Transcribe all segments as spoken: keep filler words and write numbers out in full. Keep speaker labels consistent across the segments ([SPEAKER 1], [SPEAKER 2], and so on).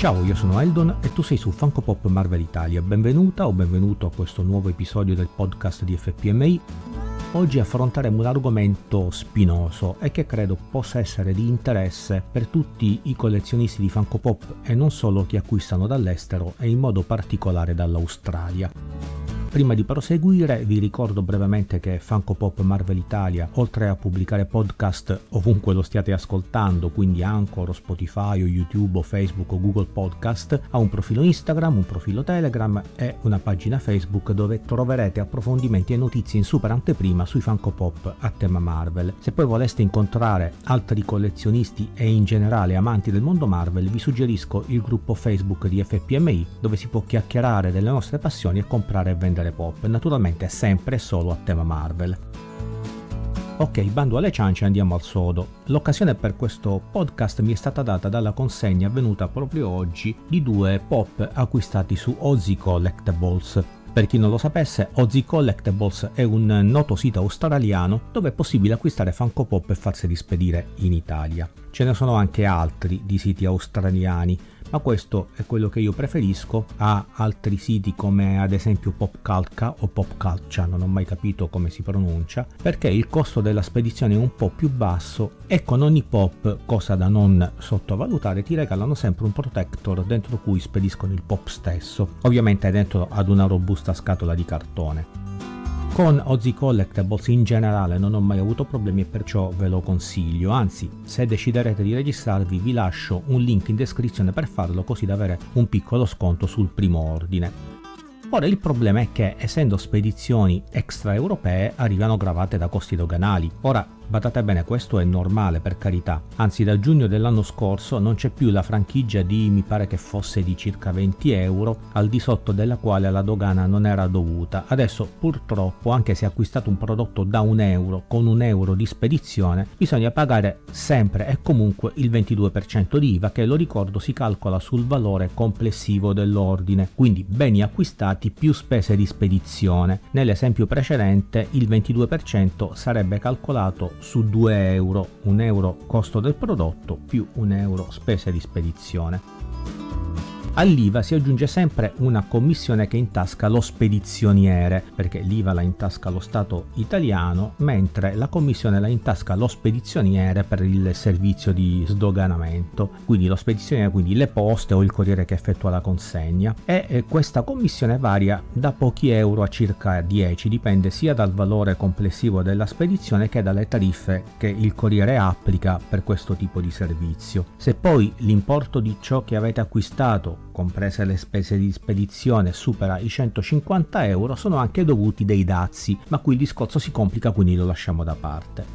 [SPEAKER 1] Ciao, io sono Eldon e tu sei su Funko Pop Marvel Italia. Benvenuta o benvenuto a questo nuovo episodio del podcast di F P M I. Oggi affronteremo un argomento spinoso e che credo possa essere di interesse per tutti i collezionisti di Funko Pop e non solo chi acquistano dall'estero e in modo particolare dall'Australia. Prima di proseguire vi ricordo brevemente che Funko Pop Marvel Italia, oltre a pubblicare podcast ovunque lo stiate ascoltando, quindi Anchor o Spotify o YouTube o Facebook o Google Podcast, ha un profilo Instagram, un profilo Telegram e una pagina Facebook dove troverete approfondimenti e notizie in super anteprima sui Funko Pop a tema Marvel. Se poi voleste incontrare altri collezionisti e in generale amanti del mondo Marvel, vi suggerisco il gruppo Facebook di F P M I dove si può chiacchierare delle nostre passioni e comprare e vendere pop, naturalmente sempre e solo a tema Marvel. Ok, bando alle ciance, andiamo al sodo. L'occasione per questo podcast mi è stata data dalla consegna avvenuta proprio oggi di due pop acquistati su Ozzy Collectibles. Per chi non lo sapesse, Ozzy Collectibles è un noto sito australiano dove è possibile acquistare Funko Pop e farseli spedire in Italia. Ce ne sono anche altri di siti australiani, ma questo è quello che io preferisco a altri siti come ad esempio PopCalca o PopCalcia, non ho mai capito come si pronuncia, perché il costo della spedizione è un po' più basso e con ogni pop, cosa da non sottovalutare, ti regalano sempre un protector dentro cui spediscono il pop stesso, ovviamente dentro ad una robusta scatola di cartone. Con Ozzy Collectibles in generale non ho mai avuto problemi e perciò ve lo consiglio, anzi se deciderete di registrarvi vi lascio un link in descrizione per farlo così da avere un piccolo sconto sul primo ordine. Ora il problema è che essendo spedizioni extraeuropee arrivano gravate da costi doganali. Ora badate bene, questo è normale per carità, anzi da giugno dell'anno scorso non c'è più la franchigia di, mi pare che fosse di circa venti euro, al di sotto della quale la dogana non era dovuta. Adesso purtroppo, anche se acquistate un prodotto da un euro con un euro di spedizione, bisogna pagare sempre e comunque il ventidue per cento di I V A, che lo ricordo si calcola sul valore complessivo dell'ordine, quindi beni acquistati più spese di spedizione. Nell'esempio precedente il ventidue per cento sarebbe calcolato su due euro, un euro costo del prodotto più un euro spese di spedizione. All'I V A si aggiunge sempre una commissione che intasca lo spedizioniere, perché l'I V A la intasca lo Stato italiano, mentre la commissione la intasca lo spedizioniere per il servizio di sdoganamento, quindi lo spedizioniere, quindi le poste o il corriere che effettua la consegna, e, e questa commissione varia da pochi euro a circa dieci, dipende sia dal valore complessivo della spedizione che dalle tariffe che il corriere applica per questo tipo di servizio. Se poi l'importo di ciò che avete acquistato, comprese le spese di spedizione, supera i centocinquanta euro, sono anche dovuti dei dazi, ma qui il discorso si complica, quindi lo lasciamo da parte.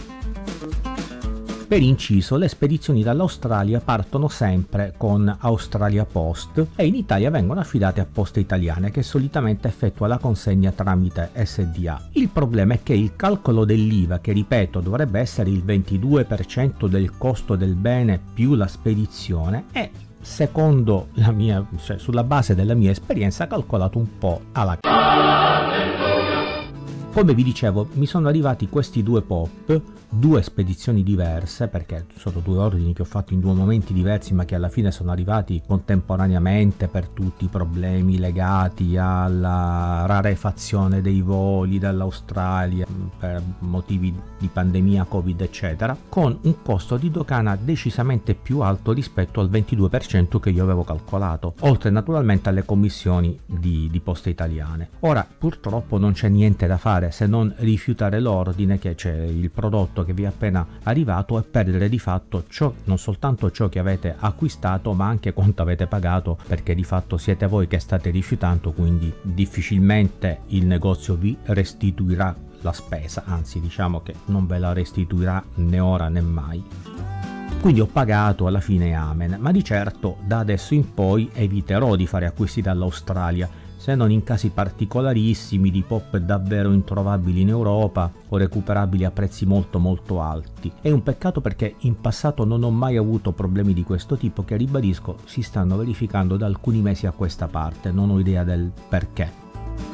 [SPEAKER 1] Per inciso, le spedizioni dall'Australia partono sempre con Australia Post e in Italia vengono affidate a Poste Italiane, che solitamente effettua la consegna tramite S D A. Il problema è che il calcolo dell'I V A, che ripeto dovrebbe essere il ventidue per cento del costo del bene più la spedizione, è, secondo la mia, cioè sulla base della mia esperienza, calcolato un po' alla c***o. Come vi dicevo, mi sono arrivati questi due pop, due spedizioni diverse, perché sono due ordini che ho fatto in due momenti diversi ma che alla fine sono arrivati contemporaneamente per tutti i problemi legati alla rarefazione dei voli dall'Australia per motivi di pandemia, Covid eccetera, con un costo di dogana decisamente più alto rispetto al ventidue per cento che io avevo calcolato, oltre naturalmente alle commissioni di, di Poste Italiane. Ora purtroppo non c'è niente da fare se non rifiutare l'ordine, che c'è il prodotto che vi è appena arrivato, e perdere di fatto ciò, non soltanto ciò che avete acquistato ma anche quanto avete pagato, perché di fatto siete voi che state rifiutando, quindi difficilmente il negozio vi restituirà la spesa, anzi diciamo che non ve la restituirà né ora né mai. Quindi ho pagato alla fine, amen, ma di certo da adesso in poi eviterò di fare acquisti dall'Australia, se non in casi particolarissimi di pop davvero introvabili in Europa o recuperabili a prezzi molto molto alti. È un peccato perché in passato non ho mai avuto problemi di questo tipo, che ribadisco si stanno verificando da alcuni mesi a questa parte, non ho idea del perché.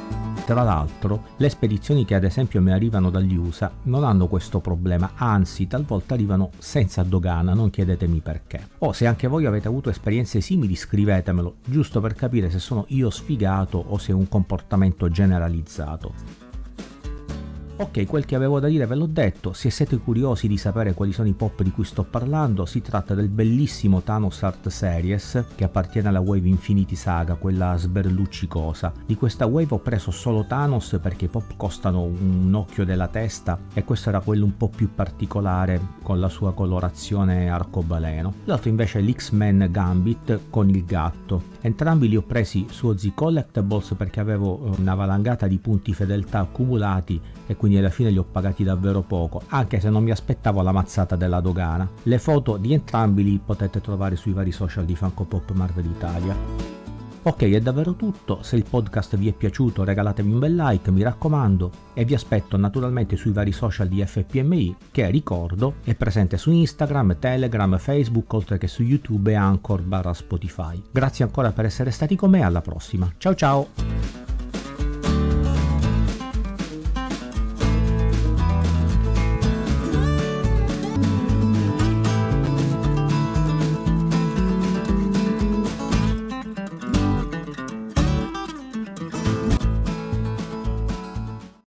[SPEAKER 1] Tra l'altro, le spedizioni che ad esempio mi arrivano dagli U S A non hanno questo problema, anzi talvolta arrivano senza dogana, non chiedetemi perché. O se anche voi avete avuto esperienze simili scrivetemelo, giusto per capire se sono io sfigato o se è un comportamento generalizzato. Ok, quel che avevo da dire ve l'ho detto. Se siete curiosi di sapere quali sono i pop di cui sto parlando, si tratta del bellissimo Thanos Art Series che appartiene alla Wave Infinity Saga, quella sberluccicosa. Di questa Wave ho preso solo Thanos perché i pop costano un occhio della testa e questo era quello un po' più particolare con la sua colorazione arcobaleno. L'altro invece è l'X-Men Gambit con il gatto. Entrambi li ho presi su O Z Collectibles perché avevo una valangata di punti fedeltà accumulati e quindi alla fine li ho pagati davvero poco, anche se non mi aspettavo la mazzata della dogana. Le foto di entrambi li potete trovare sui vari social di Funko Pop Marvel Italia. Ok, è davvero tutto. Se il podcast vi è piaciuto regalatemi un bel like, mi raccomando, e vi aspetto naturalmente sui vari social di F P M I che, ricordo, è presente su Instagram, Telegram, Facebook, oltre che su YouTube e Anchor barra Spotify. Grazie ancora per essere stati con me, alla prossima. Ciao ciao!